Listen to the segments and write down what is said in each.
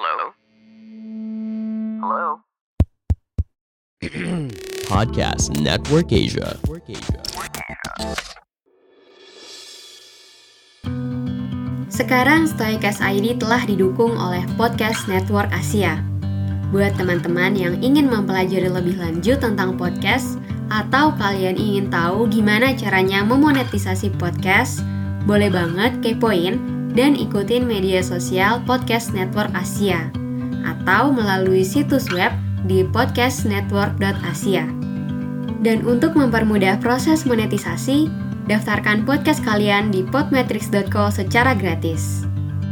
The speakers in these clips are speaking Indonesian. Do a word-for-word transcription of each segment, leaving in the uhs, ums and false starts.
Hello? Hello? Podcast Network Asia. Sekarang Stoicast I D telah didukung oleh Podcast Network Asia. Buat teman-teman yang ingin mempelajari lebih lanjut tentang podcast, atau kalian ingin tahu gimana caranya memonetisasi podcast, boleh banget kepoin dan ikutin media sosial Podcast Network Asia, atau melalui situs web di podcast network dot asia. Dan untuk mempermudah proses monetisasi, daftarkan podcast kalian di podmetrics dot co secara gratis.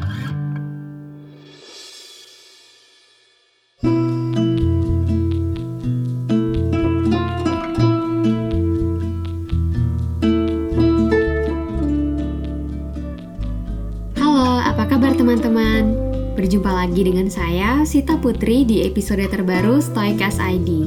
Halo, apa kabar teman-teman? Berjumpa lagi dengan saya, Sita Putri, di episode terbaru Stoicast I D.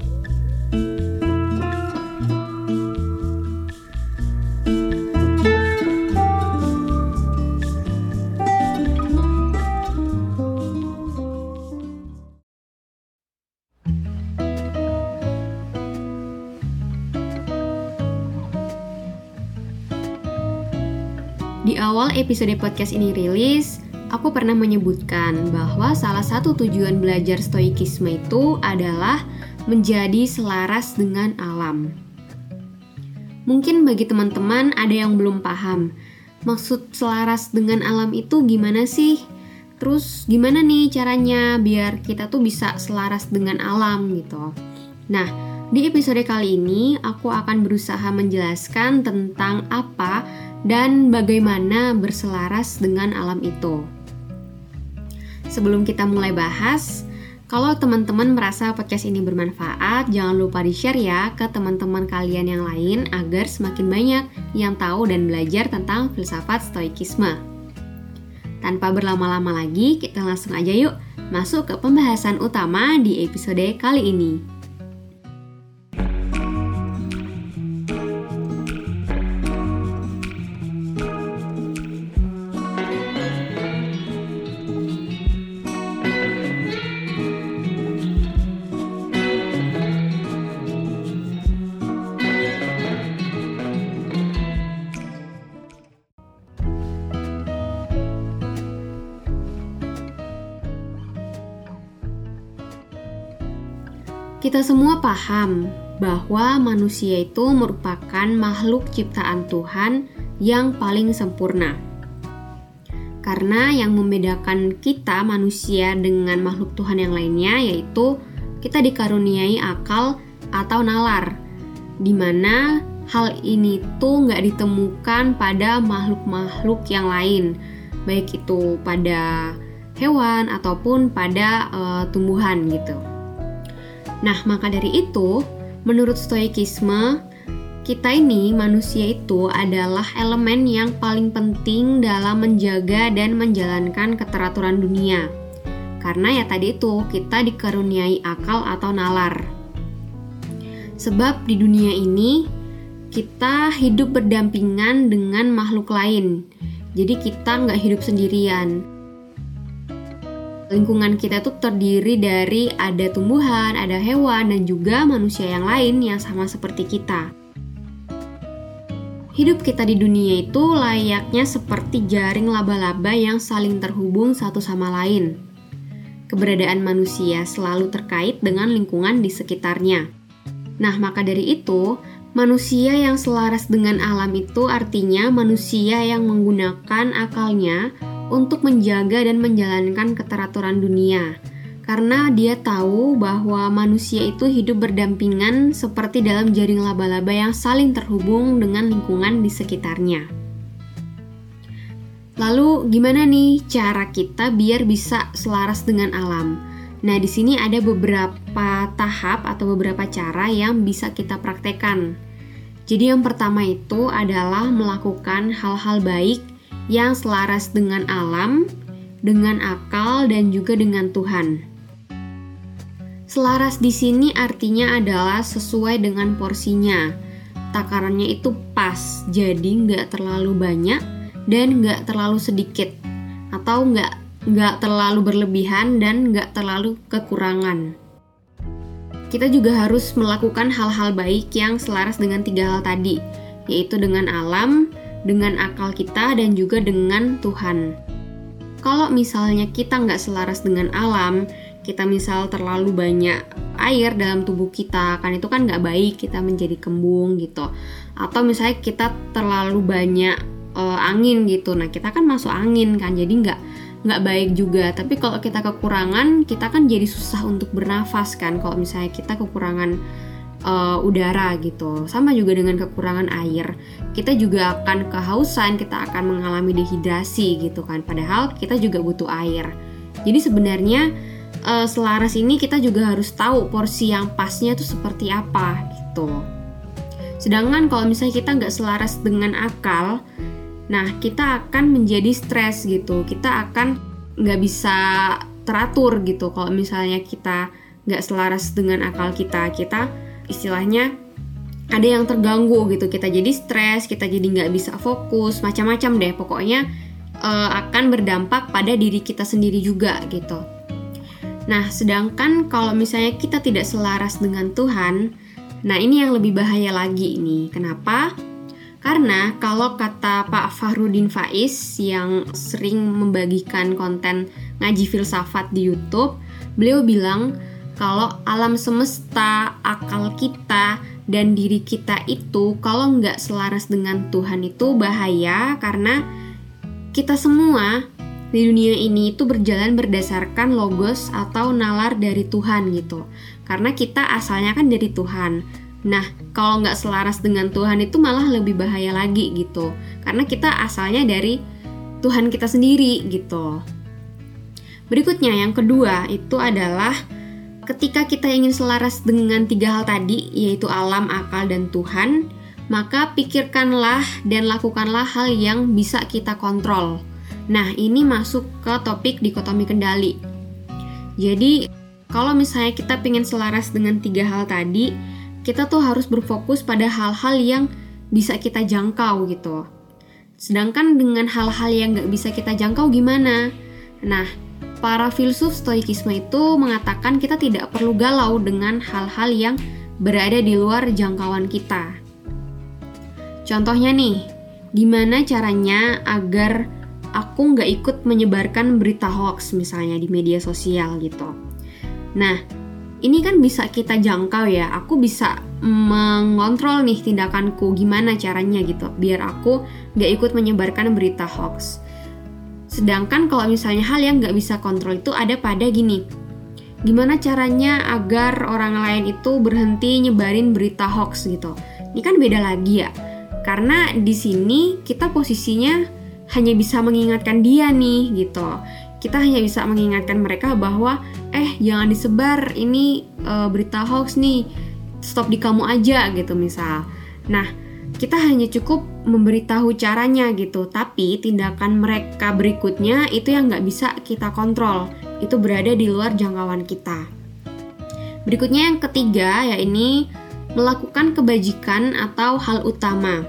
Di awal episode podcast ini rilis, aku pernah menyebutkan bahwa salah satu tujuan belajar stoikisme itu adalah menjadi selaras dengan alam. Mungkin bagi teman-teman ada yang belum paham, maksud selaras dengan alam itu gimana sih? Terus gimana nih caranya biar kita tuh bisa selaras dengan alam gitu. Nah, di episode kali ini aku akan berusaha menjelaskan tentang apa dan bagaimana berselaras dengan alam itu. Sebelum kita mulai bahas, kalau teman-teman merasa podcast ini bermanfaat, jangan lupa di-share ya ke teman-teman kalian yang lain agar semakin banyak yang tahu dan belajar tentang filsafat stoikisme. Tanpa berlama-lama lagi, kita langsung aja yuk masuk ke pembahasan utama di episode kali ini. Kita semua paham bahwa manusia itu merupakan makhluk ciptaan Tuhan yang paling sempurna. Karena yang membedakan kita manusia dengan makhluk Tuhan yang lainnya yaitu kita dikaruniai akal atau nalar, di mana hal ini tuh nggak ditemukan pada makhluk-makhluk yang lain, baik itu pada hewan ataupun pada uh, tumbuhan gitu. Nah, maka dari itu, menurut stoikisme, kita ini manusia itu adalah elemen yang paling penting dalam menjaga dan menjalankan keteraturan dunia. Karena ya tadi itu, kita dikaruniai akal atau nalar. Sebab di dunia ini, kita hidup berdampingan dengan makhluk lain. Jadi kita nggak hidup sendirian. Lingkungan kita tuh terdiri dari ada tumbuhan, ada hewan, dan juga manusia yang lain yang sama seperti kita. Hidup kita di dunia itu layaknya seperti jaring laba-laba yang saling terhubung satu sama lain. Keberadaan manusia selalu terkait dengan lingkungan di sekitarnya. Nah, maka dari itu, manusia yang selaras dengan alam itu artinya manusia yang menggunakan akalnya untuk menjaga dan menjalankan keteraturan dunia, karena dia tahu bahwa manusia itu hidup berdampingan seperti dalam jaring laba-laba yang saling terhubung dengan lingkungan di sekitarnya. Lalu gimana nih cara kita biar bisa selaras dengan alam? Nah, di sini ada beberapa tahap atau beberapa cara yang bisa kita praktekkan. Jadi yang pertama itu adalah melakukan hal-hal baik yang selaras dengan alam, dengan akal, dan juga dengan Tuhan. Selaras di sini artinya adalah sesuai dengan porsinya. Takarannya itu pas, jadi nggak terlalu banyak dan nggak terlalu sedikit, atau nggak nggak terlalu berlebihan dan nggak terlalu kekurangan. Kita juga harus melakukan hal-hal baik yang selaras dengan tiga hal tadi, yaitu dengan alam, dengan akal kita, dan juga dengan Tuhan. Kalau misalnya kita nggak selaras dengan alam, kita misal terlalu banyak air dalam tubuh kita, kan itu kan nggak baik, kita menjadi kembung gitu. Atau misalnya kita terlalu banyak uh, angin gitu, nah kita kan masuk angin kan, jadi nggak nggak baik juga. Tapi kalau kita kekurangan, kita kan jadi susah untuk bernafas kan. Kalau misalnya kita kekurangan uh, udara gitu, sama juga dengan kekurangan air, kita juga akan kehausan, kita akan mengalami dehidrasi gitu kan. Padahal kita juga butuh air. Jadi sebenarnya Uh, selaras ini kita juga harus tahu porsi yang pasnya itu seperti apa gitu. Sedangkan kalau misalnya kita nggak selaras dengan akal, nah kita akan menjadi stres gitu. Kita akan nggak bisa teratur gitu. Kalau misalnya kita nggak selaras dengan akal kita, kita istilahnya ada yang terganggu gitu. Kita jadi stres, kita jadi nggak bisa fokus, macam-macam deh. Pokoknya uh, akan berdampak pada diri kita sendiri juga gitu. Nah, sedangkan kalau misalnya kita tidak selaras dengan Tuhan, nah ini yang lebih bahaya lagi nih. Kenapa? Karena kalau kata Pak Fahrudin Faiz yang sering membagikan konten ngaji filsafat di YouTube, beliau bilang kalau alam semesta, akal kita, dan diri kita itu kalau nggak selaras dengan Tuhan itu bahaya, karena kita semua di dunia ini itu berjalan berdasarkan logos atau nalar dari Tuhan gitu. Karena kita asalnya kan dari Tuhan. Nah, kalau nggak selaras dengan Tuhan itu malah lebih bahaya lagi gitu. Karena kita asalnya dari Tuhan kita sendiri gitu. Berikutnya yang kedua itu adalah ketika kita ingin selaras dengan tiga hal tadi, yaitu alam, akal, dan Tuhan, maka pikirkanlah dan lakukanlah hal yang bisa kita kontrol. Nah, ini masuk ke topik dikotomi kendali. Jadi, kalau misalnya kita pengen selaras dengan tiga hal tadi, kita tuh harus berfokus pada hal-hal yang bisa kita jangkau gitu. Sedangkan dengan hal-hal yang nggak bisa kita jangkau gimana? Nah, para filsuf stoikisme itu mengatakan kita tidak perlu galau dengan hal-hal yang berada di luar jangkauan kita. Contohnya nih, gimana caranya agar aku nggak ikut menyebarkan berita hoax misalnya di media sosial gitu. Nah, ini kan bisa kita jangkau ya. Aku bisa mengontrol nih tindakanku, gimana caranya gitu, biar aku nggak ikut menyebarkan berita hoax. Sedangkan kalau misalnya hal yang nggak bisa kontrol itu ada pada gini, gimana caranya agar orang lain itu berhenti nyebarin berita hoax gitu. Ini kan beda lagi ya. Karena di sini kita posisinya hanya bisa mengingatkan dia nih gitu. Kita hanya bisa mengingatkan mereka bahwa eh jangan disebar ini e, berita hoax nih, stop di kamu aja gitu misal. Nah, kita hanya cukup memberitahu caranya gitu, tapi tindakan mereka berikutnya itu yang nggak bisa kita kontrol, itu berada di luar jangkauan kita. Berikutnya yang ketiga, yaitu melakukan kebajikan atau hal utama.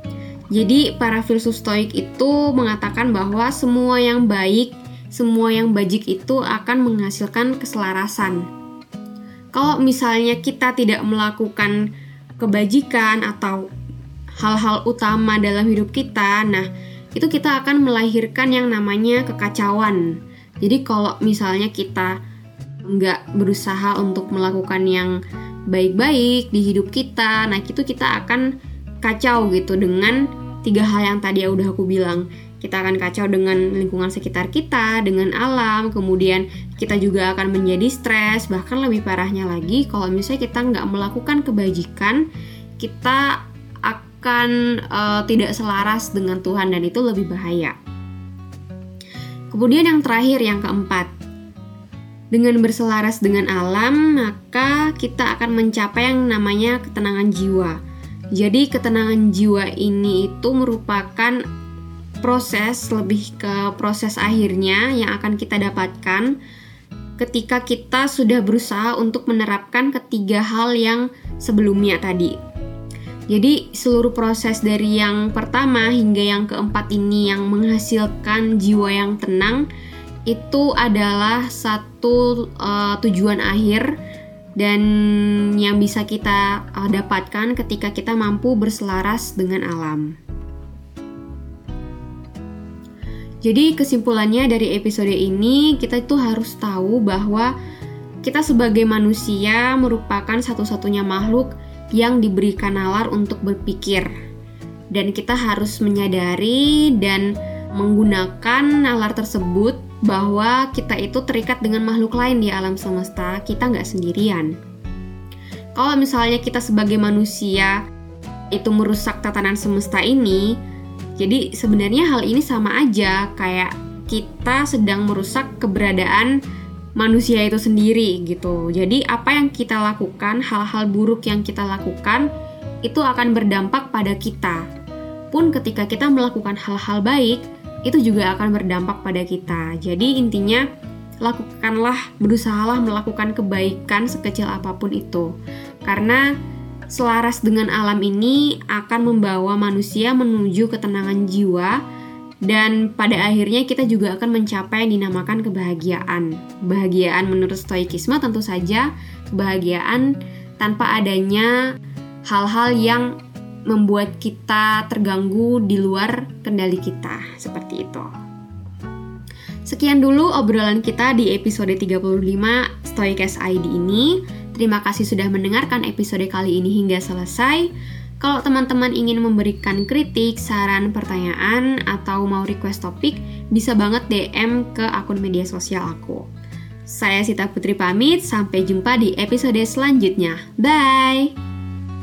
Jadi para filsuf stoik itu mengatakan bahwa semua yang baik, semua yang bajik itu akan menghasilkan keselarasan. Kalau misalnya kita tidak melakukan kebajikan atau hal-hal utama dalam hidup kita, nah itu kita akan melahirkan yang namanya kekacauan. Jadi kalau misalnya kita nggak berusaha untuk melakukan yang baik-baik di hidup kita, nah itu kita akan kacau gitu dengan tiga hal yang tadi ya udah aku bilang. Kita akan kacau dengan lingkungan sekitar kita, dengan alam, kemudian kita juga akan menjadi stres. Bahkan lebih parahnya lagi, kalau misalnya kita nggak melakukan kebajikan, kita akan uh, tidak selaras dengan Tuhan, dan itu lebih bahaya. Kemudian yang terakhir, yang keempat, dengan berselaras dengan alam, maka kita akan mencapai yang namanya ketenangan jiwa. Jadi ketenangan jiwa ini itu merupakan proses, lebih ke proses akhirnya yang akan kita dapatkan ketika kita sudah berusaha untuk menerapkan ketiga hal yang sebelumnya tadi. Jadi seluruh proses dari yang pertama hingga yang keempat ini yang menghasilkan jiwa yang tenang, itu adalah satu uh, tujuan akhir dan yang bisa kita uh, dapatkan ketika kita mampu berselaras dengan alam. Jadi kesimpulannya dari episode ini, kita itu harus tahu bahwa kita sebagai manusia merupakan satu-satunya makhluk yang diberikan nalar untuk berpikir. Dan kita harus menyadari dan menggunakan nalar tersebut bahwa kita itu terikat dengan makhluk lain di alam semesta, kita nggak sendirian. Kalau misalnya kita sebagai manusia itu merusak tatanan semesta ini, jadi sebenarnya hal ini sama aja kayak kita sedang merusak keberadaan manusia itu sendiri gitu. Jadi apa yang kita lakukan, hal-hal buruk yang kita lakukan itu akan berdampak pada kita. Pun ketika kita melakukan hal-hal baik, itu juga akan berdampak pada kita. Jadi intinya, lakukanlah, berusahalah melakukan kebaikan sekecil apapun itu. Karena selaras dengan alam ini akan membawa manusia menuju ketenangan jiwa, dan pada akhirnya kita juga akan mencapai yang dinamakan kebahagiaan. Kebahagiaan menurut Stoikisme tentu saja kebahagiaan tanpa adanya hal-hal yang membuat kita terganggu di luar kendali kita, seperti itu. Sekian dulu obrolan kita di episode tiga puluh lima Stoikes I D ini. Terima kasih sudah mendengarkan episode kali ini hingga selesai. Kalau teman-teman ingin memberikan kritik, saran, pertanyaan, atau mau request topik, bisa banget D M ke akun media sosial aku. Saya Sita Putri pamit, sampai jumpa di episode selanjutnya. Bye!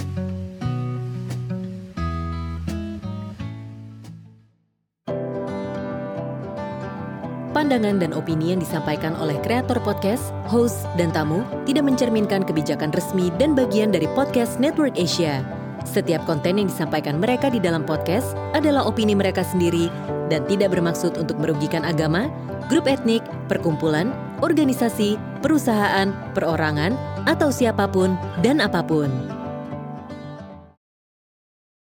Pandangan dan opini yang disampaikan oleh kreator podcast, host, dan tamu tidak mencerminkan kebijakan resmi dan bagian dari podcast Network Asia. Setiap konten yang disampaikan mereka di dalam podcast adalah opini mereka sendiri dan tidak bermaksud untuk merugikan agama, grup etnik, perkumpulan, organisasi, perusahaan, perorangan, atau siapapun dan apapun.